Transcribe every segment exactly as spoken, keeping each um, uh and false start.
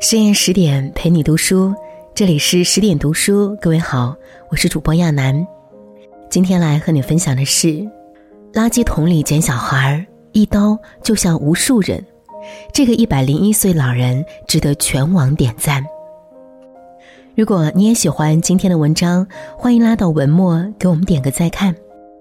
深夜十点陪你读书，这里是十点读书，各位好，我是主播亚楠。今天来和你分享的是垃圾桶里捡小孩，一刀就像无数人。这个一百零一岁老人值得全网点赞。如果你也喜欢今天的文章，欢迎拉到文末给我们点个再看。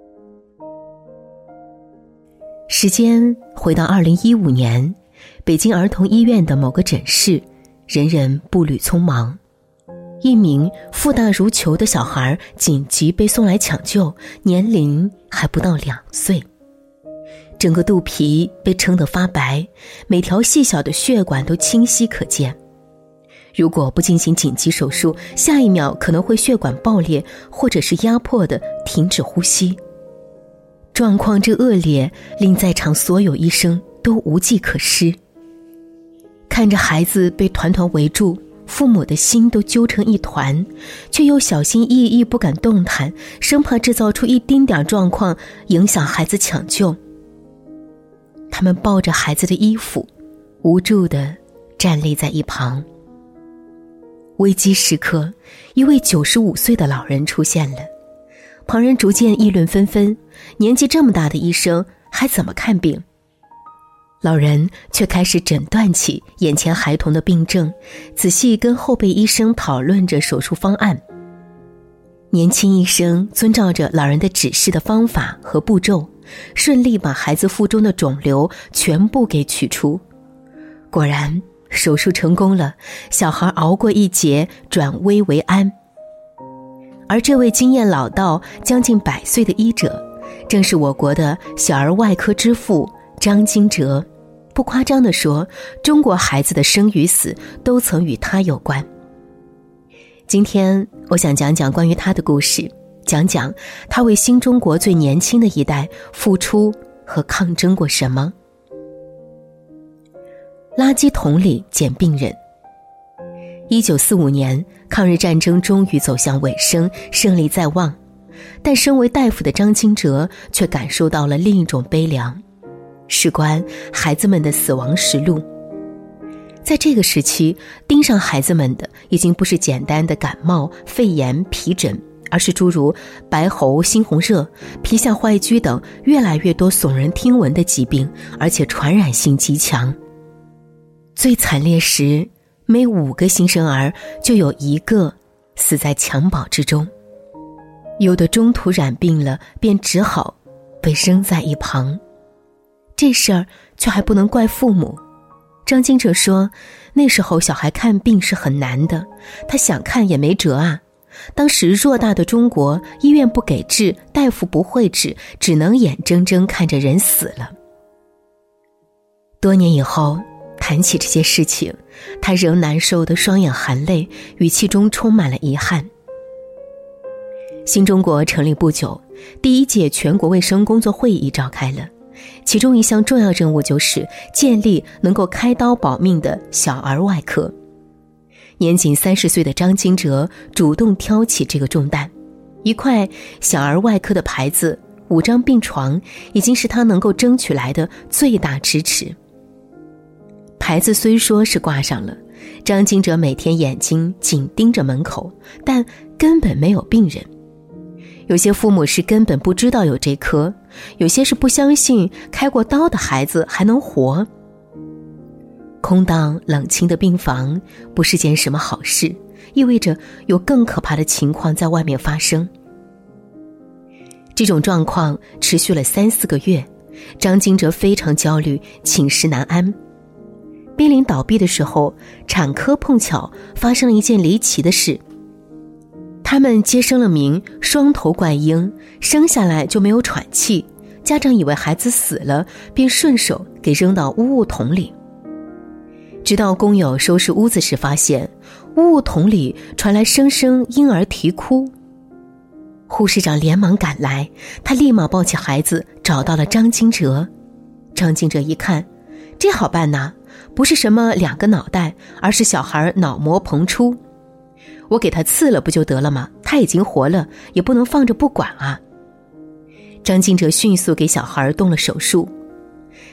时间回到二零一五年，北京儿童医院的某个诊室，人人步履匆忙。一名腹大如球的小孩紧急被送来抢救，年龄还不到两岁。整个肚皮被撑得发白，每条细小的血管都清晰可见。如果不进行紧急手术，下一秒可能会血管爆裂，或者是压迫的停止呼吸。状况之恶劣，令在场所有医生都无计可施。看着孩子被团团围住，父母的心都揪成一团，却又小心翼翼不敢动弹，生怕制造出一丁点状况影响孩子抢救。他们抱着孩子的衣服，无助地站立在一旁。危机时刻，一位九十五岁的老人出现了，旁人逐渐议论纷纷，年纪这么大的医生还怎么看病？老人却开始诊断起眼前孩童的病症，仔细跟后备医生讨论着手术方案。年轻医生遵照着老人的指示的方法和步骤，顺利把孩子腹中的肿瘤全部给取出。果然手术成功了，小孩熬过一劫，转危为安。而这位经验老道将近百岁的医者，正是我国的小儿外科之父张金哲。不夸张地说，中国孩子的生与死都曾与他有关。今天我想讲讲关于他的故事，讲讲他为新中国最年轻的一代付出和抗争过什么。垃圾桶里捡病人。一九四五年，抗日战争终于走向尾声，胜利在望，但身为大夫的张金哲却感受到了另一种悲凉，事关孩子们的死亡实录。在这个时期，盯上孩子们的已经不是简单的感冒、肺炎、皮疹，而是诸如白喉、猩红热、皮下坏疽等越来越多耸人听闻的疾病，而且传染性极强。最惨烈时，每五个新生儿就有一个死在襁褓之中，有的中途染病了，便只好被扔在一旁。这事儿却还不能怪父母。张金哲说，那时候小孩看病是很难的，他想看也没辙啊。当时偌大的中国，医院不给治，大夫不会治，只能眼睁睁看着人死了。多年以后谈起这些事情，他仍难受得双眼含泪，语气中充满了遗憾。新中国成立不久，第一届全国卫生工作会议召开了，其中一项重要任务就是建立能够开刀保命的小儿外科。年仅三十岁的张金哲主动挑起这个重担，一块小儿外科的牌子，五张病床，已经是他能够争取来的最大支持。牌子虽说是挂上了，张金哲每天眼睛紧盯着门口，但根本没有病人。有些父母是根本不知道有这科，有些是不相信开过刀的孩子还能活。空荡冷清的病房不是件什么好事，意味着有更可怕的情况在外面发生。这种状况持续了三四个月，张金哲非常焦虑，寝食难安。濒临倒闭的时候，产科碰巧发生了一件离奇的事。他们接生了名双头怪婴，生下来就没有喘气，家长以为孩子死了，便顺手给扔到污物桶里。直到工友收拾屋子时发现，污物桶里传来声声婴儿啼哭。护士长连忙赶来，他立马抱起孩子找到了张金哲。张金哲一看，这好办呐，不是什么两个脑袋，而是小孩脑膜膨出。我给他刺了不就得了吗？他已经活了，也不能放着不管啊。张金哲迅速给小孩动了手术。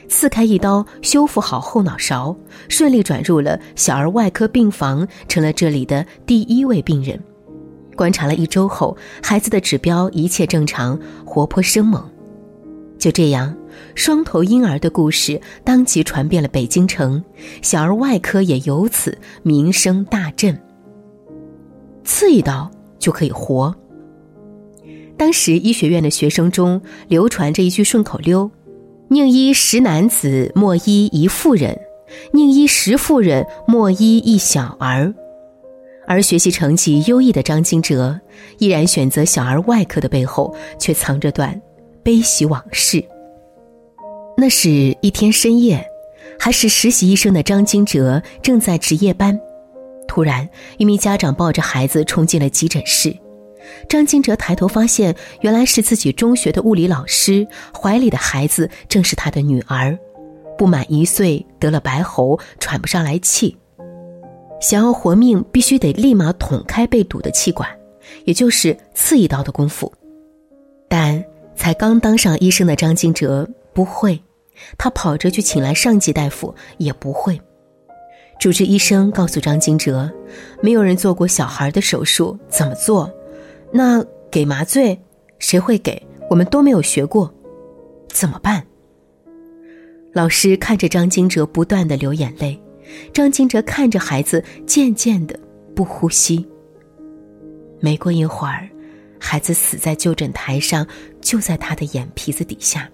刺开一刀，修复好后脑勺，顺利转入了小儿外科病房，成了这里的第一位病人。观察了一周后，孩子的指标一切正常，活泼生猛。就这样，双头婴儿的故事当即传遍了北京城，小儿外科也由此名声大振。刺一刀就可以活。当时医学院的学生中流传着一句顺口溜：宁医十男子，莫医一妇人；宁医十妇人，莫医一小儿。而学习成绩优异的张金哲依然选择小儿外科的背后，却藏着段悲喜往事。那是一天深夜，还是实习医生的张金哲正在值夜班，突然一名家长抱着孩子冲进了急诊室。张金哲抬头发现，原来是自己中学的物理老师，怀里的孩子正是他的女儿，不满一岁，得了白喉，喘不上来气。想要活命，必须得立马捅开被堵的气管，也就是刺一刀的功夫。但才刚当上医生的张金哲不会，他跑着去请来上级大夫，也不会。主治医生告诉张金哲，没有人做过小孩的手术，怎么做？那给麻醉？谁会给？我们都没有学过，怎么办？老师看着张金哲不断地流眼泪，张金哲看着孩子渐渐地不呼吸。没过一会儿，孩子死在就诊台上，就在他的眼皮子底下。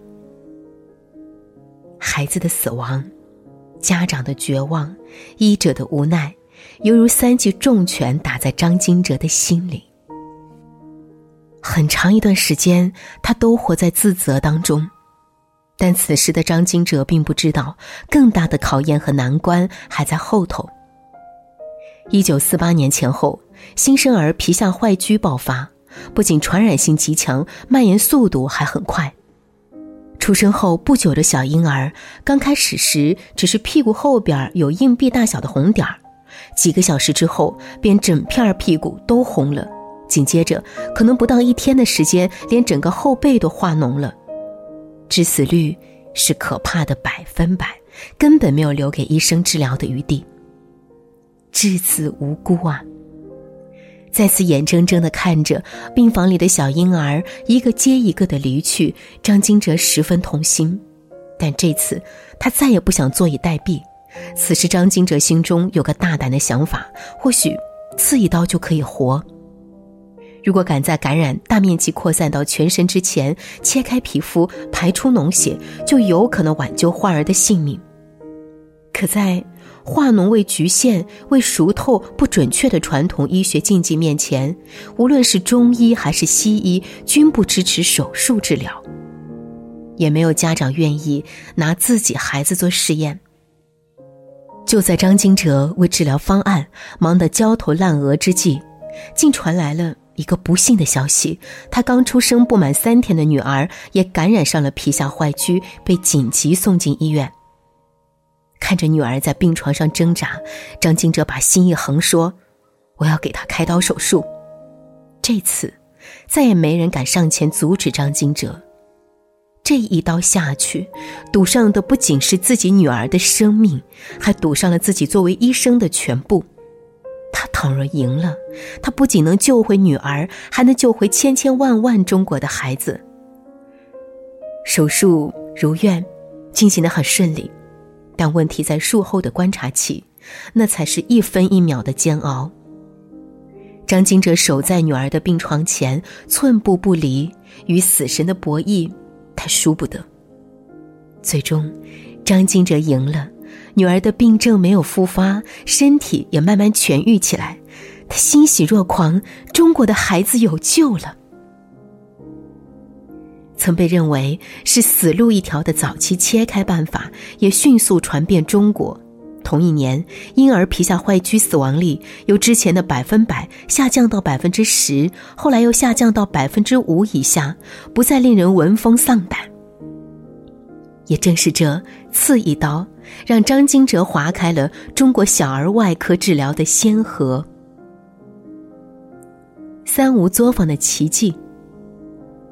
孩子的死亡，家长的绝望，医者的无奈，犹如三记重拳打在张金哲的心里。很长一段时间，他都活在自责当中。但此时的张金哲并不知道，更大的考验和难关还在后头。一九四八年前后，新生儿皮下坏疽爆发，不仅传染性极强，蔓延速度还很快。出生后不久的小婴儿，刚开始时只是屁股后边有硬币大小的红点儿，几个小时之后便整片屁股都红了，紧接着可能不到一天的时间，连整个后背都化脓了。致死率是可怕的百分百，根本没有留给医生治疗的余地。稚子无辜啊！再次眼睁睁地看着病房里的小婴儿一个接一个的离去，张金哲十分痛心。但这次他再也不想坐以待毙。此时张金哲心中有个大胆的想法，或许刺一刀就可以活。如果赶在感染大面积扩散到全身之前切开皮肤排出脓血，就有可能挽救患儿的性命。可在化脓为局限、为熟透不准确的传统医学禁忌面前，无论是中医还是西医均不支持手术治疗，也没有家长愿意拿自己孩子做试验。就在张金哲为治疗方案忙得焦头烂额之际，竟传来了一个不幸的消息，他刚出生不满三天的女儿也感染上了皮下坏疽，被紧急送进医院。看着女儿在病床上挣扎，张金哲把心一横说，我要给她开刀手术。这次再也没人敢上前阻止张金哲。这一刀下去，赌上的不仅是自己女儿的生命，还赌上了自己作为医生的全部。他倘若赢了，他不仅能救回女儿，还能救回千千万万中国的孩子。手术如愿，进行得很顺利，但问题在术后的观察期，那才是一分一秒的煎熬。张金哲守在女儿的病床前，寸步不离，与死神的博弈，他输不得。最终，张金哲赢了，女儿的病症没有复发，身体也慢慢痊愈起来，他欣喜若狂，中国的孩子有救了。曾被认为是死路一条的早期切开办法也迅速传遍中国。同一年，婴儿皮下坏疽死亡率由之前的百分百下降到百分之十，后来又下降到百分之五以下，不再令人闻风丧胆。也正是这刺一刀，让张金哲划开了中国小儿外科治疗的先河。三无作坊的奇迹。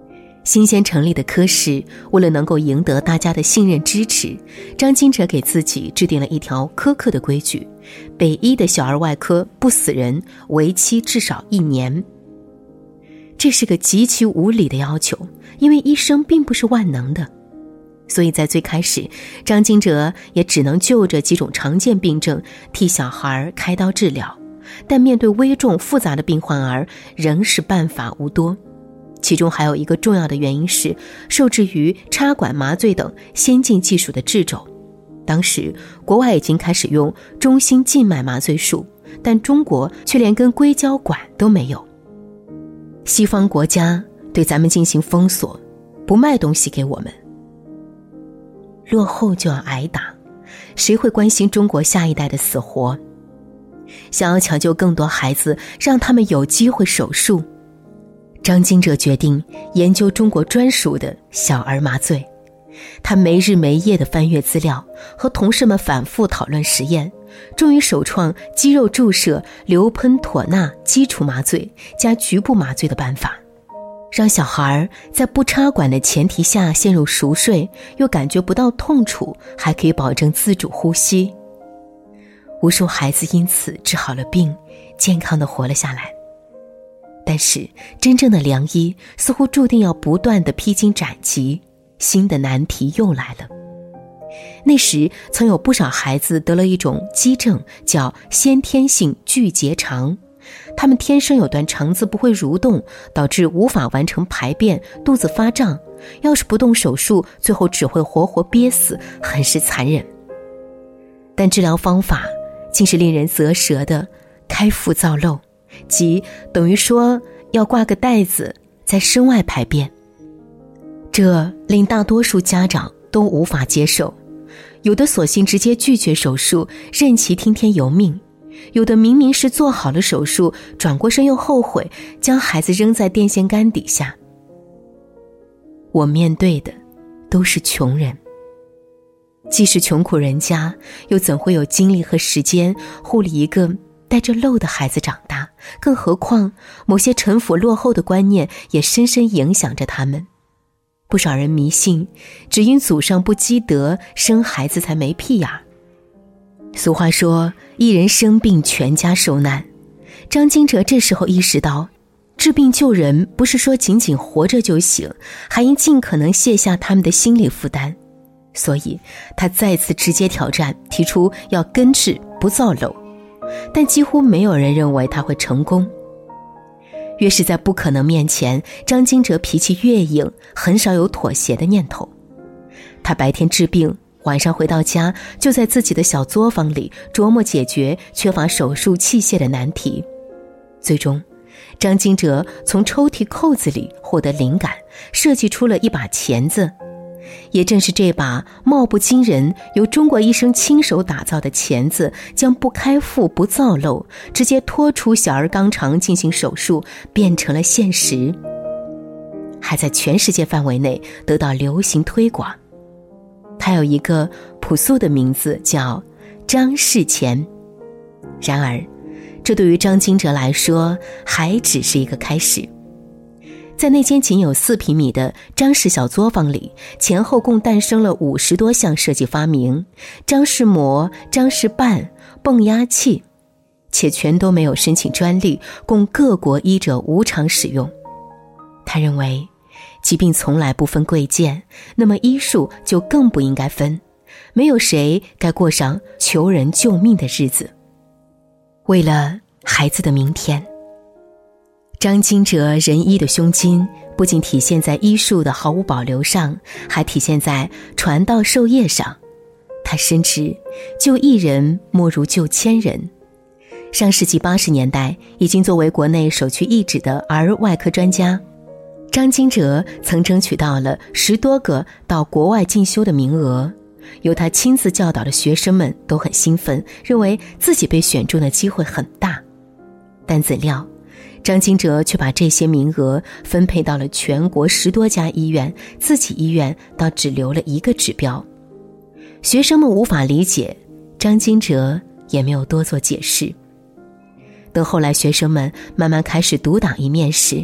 新鲜成立的科室，为了能够赢得大家的信任支持，张金哲给自己制定了一条苛刻的规矩：北医的小儿外科不死人，为期至少一年。这是个极其无理的要求，因为医生并不是万能的。所以在最开始，张金哲也只能就着几种常见病症替小孩开刀治疗，但面对危重复杂的病患儿，仍是办法无多。其中还有一个重要的原因是，受制于插管麻醉等先进技术的掣肘。当时国外已经开始用中心静脉麻醉术，但中国却连根硅胶管都没有。西方国家对咱们进行封锁，不卖东西给我们，落后就要挨打，谁会关心中国下一代的死活？想要抢救更多孩子，让他们有机会手术，张金哲决定研究中国专属的小儿麻醉。他没日没夜地翻阅资料，和同事们反复讨论实验，终于首创肌肉注射硫喷妥钠基础麻醉加局部麻醉的办法，让小孩在不插管的前提下陷入熟睡，又感觉不到痛楚，还可以保证自主呼吸。无数孩子因此治好了病，健康地活了下来。但是真正的良医似乎注定要不断地披荆斩棘，新的难题又来了。那时曾有不少孩子得了一种肌症，叫先天性巨结肠，他们天生有段肠子不会蠕动，导致无法完成排便，肚子发胀，要是不动手术，最后只会活活憋死，很是残忍。但治疗方法竟是令人啧舌的开腹造瘘，即等于说要挂个袋子在身外排便。这令大多数家长都无法接受，有的索性直接拒绝手术，任其听天由命；有的明明是做好了手术，转过身又后悔，将孩子扔在电线杆底下。我面对的都是穷人，既是穷苦人家，又怎会有精力和时间护理一个带着漏的孩子长大？更何况某些陈腐落后的观念也深深影响着他们。不少人迷信只因祖上不积德，生孩子才没屁眼儿。俗话说，一人生病全家受难。张金哲这时候意识到，治病救人不是说仅仅活着就行，还应尽可能卸下他们的心理负担。所以他再次直接挑战，提出要根治不造瘘，但几乎没有人认为他会成功。越是在不可能面前，张金哲脾气越硬，很少有妥协的念头。他白天治病，晚上回到家，就在自己的小作坊里琢磨解决缺乏手术器械的难题。最终，张金哲从抽屉扣子里获得灵感，设计出了一把钳子。也正是这把貌不惊人、由中国医生亲手打造的钳子，将不开腹不造瘘，直接拖出小儿肛肠进行手术变成了现实，还在全世界范围内得到流行推广。它有一个朴素的名字，叫张氏钳。然而这对于张金哲来说还只是一个开始。在那间仅有四平米的张氏小作坊里，前后共诞生了五十多项设计发明，张氏模、张氏瓣、泵压器，且全都没有申请专利，供各国医者无偿使用。他认为，疾病从来不分贵贱，那么医术就更不应该分，没有谁该过上求人救命的日子。为了孩子的明天，张金哲仁医的胸襟不仅体现在医术的毫无保留上，还体现在传道授业上。他深知救一人莫如救千人。上世纪八十年代，已经作为国内首屈一指的儿外科专家，张金哲曾争取到了十多个到国外进修的名额。由他亲自教导的学生们都很兴奋，认为自己被选中的机会很大。但怎料张金哲却把这些名额分配到了全国十多家医院，自己医院倒只留了一个指标。学生们无法理解，张金哲也没有多做解释。等后来学生们慢慢开始独当一面时，看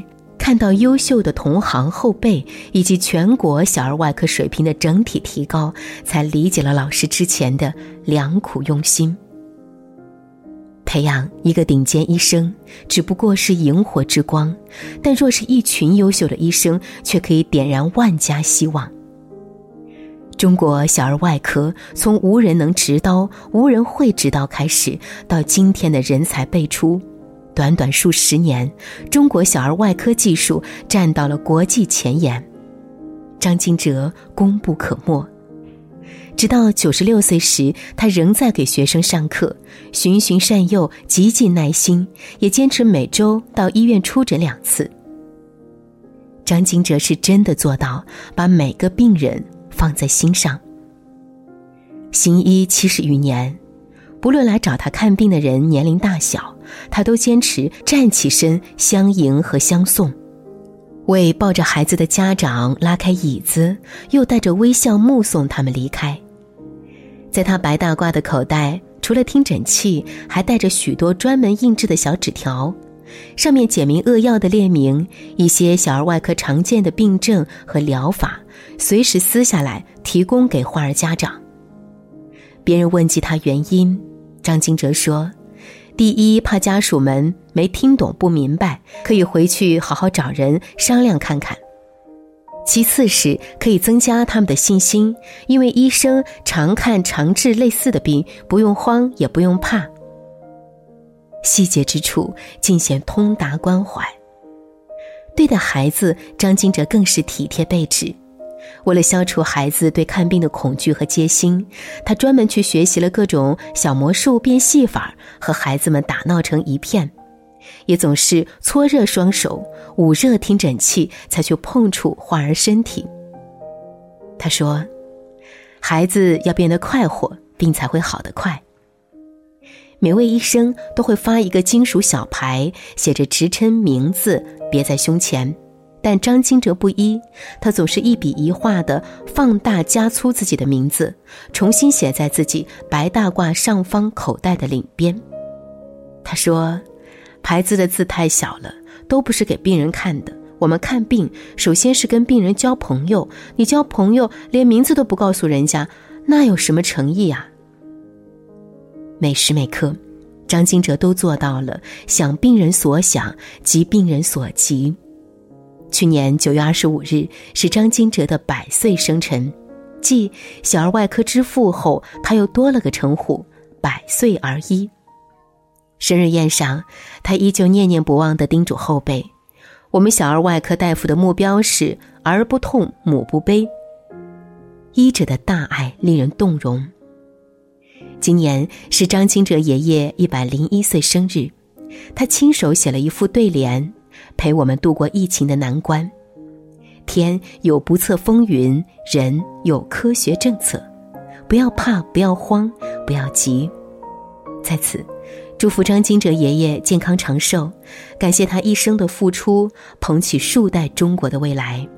看到优秀的同行后辈以及全国小儿外科水平的整体提高，才理解了老师之前的良苦用心。培养一个顶尖医生只不过是萤火之光，但若是一群优秀的医生，却可以点燃万家希望。中国小儿外科从无人能执刀、无人会执刀开始，到今天的人才辈出，短短数十年，中国小儿外科技术站到了国际前沿。张金哲功不可没。直到九十六岁时，他仍在给学生上课，循循善诱，极尽耐心，也坚持每周到医院出诊两次。张金哲是真的做到把每个病人放在心上。行医七十余年，不论来找他看病的人年龄大小，他都坚持站起身相迎和相送，为抱着孩子的家长拉开椅子，又带着微笑目送他们离开。在他白大褂的口袋，除了听诊器，还带着许多专门印制的小纸条，上面简明扼要地列明一些小儿外科常见的病症和疗法，随时撕下来提供给患儿家长。别人问及他原因，张金哲说，第一，怕家属们没听懂不明白，可以回去好好找人商量看看；其次是可以增加他们的信心，因为医生常看常治类似的病，不用慌也不用怕。细节之处尽显通达关怀。对待孩子，张金哲更是体贴备至。为了消除孩子对看病的恐惧和戒心，他专门去学习了各种小魔术变戏法，和孩子们打闹成一片，也总是搓热双手，捂热听诊器，才去碰触患儿身体。他说，孩子要变得快活，病才会好得快。每位医生都会发一个金属小牌，写着职称名字，别在胸前。但张金哲不一，他总是一笔一画地放大加粗自己的名字，重新写在自己白大褂上方口袋的领边。他说，牌子的字太小了，都不是给病人看的。我们看病首先是跟病人交朋友，你交朋友连名字都不告诉人家，那有什么诚意啊？每时每刻，张金哲都做到了想病人所想，急病人所急。去年九月二十五日是张金哲的百岁生辰，继小儿外科之父后，他又多了个称呼，百岁儿医。生日宴上，他依旧念念不忘地叮嘱后辈，我们小儿外科大夫的目标是儿不痛，母不悲。医者的大爱令人动容。今年是张金哲爷爷一百零一岁生日，他亲手写了一副对联，陪我们度过疫情的难关。天有不测风云，人有科学政策，不要怕，不要慌，不要急。在此祝福张金哲爷爷健康长寿，感谢他一生的付出，捧起数代中国的未来。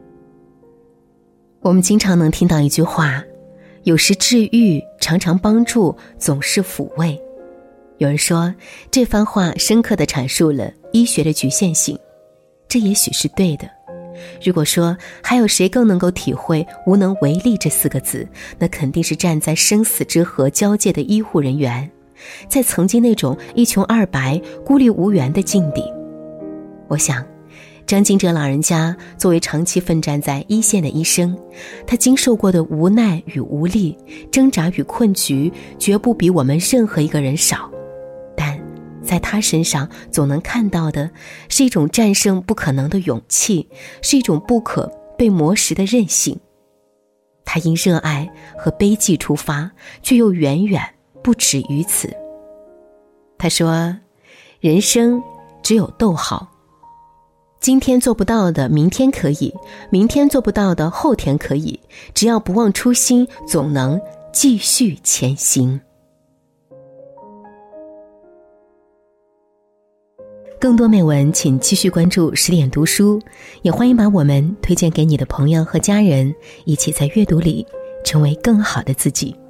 我们经常能听到一句话，有时治愈，常常帮助，总是抚慰。有人说，这番话深刻地阐述了医学的局限性，这也许是对的。如果说还有谁更能够体会无能为力这四个字，那肯定是站在生死之河交界的医护人员，在曾经那种一穷二白、孤立无援的境地。我想张金哲老人家作为长期奋战在一线的医生，他经受过的无奈与无力、挣扎与困局，绝不比我们任何一个人少。但在他身上总能看到的是一种战胜不可能的勇气，是一种不可被磨蚀的韧性。他因热爱和悲戚出发，却又远远不止于此。他说，人生只有逗号，今天做不到的明天可以，明天做不到的后天可以，只要不忘初心，总能继续前行。更多美文请继续关注十点读书，也欢迎把我们推荐给你的朋友和家人，一起在阅读里成为更好的自己。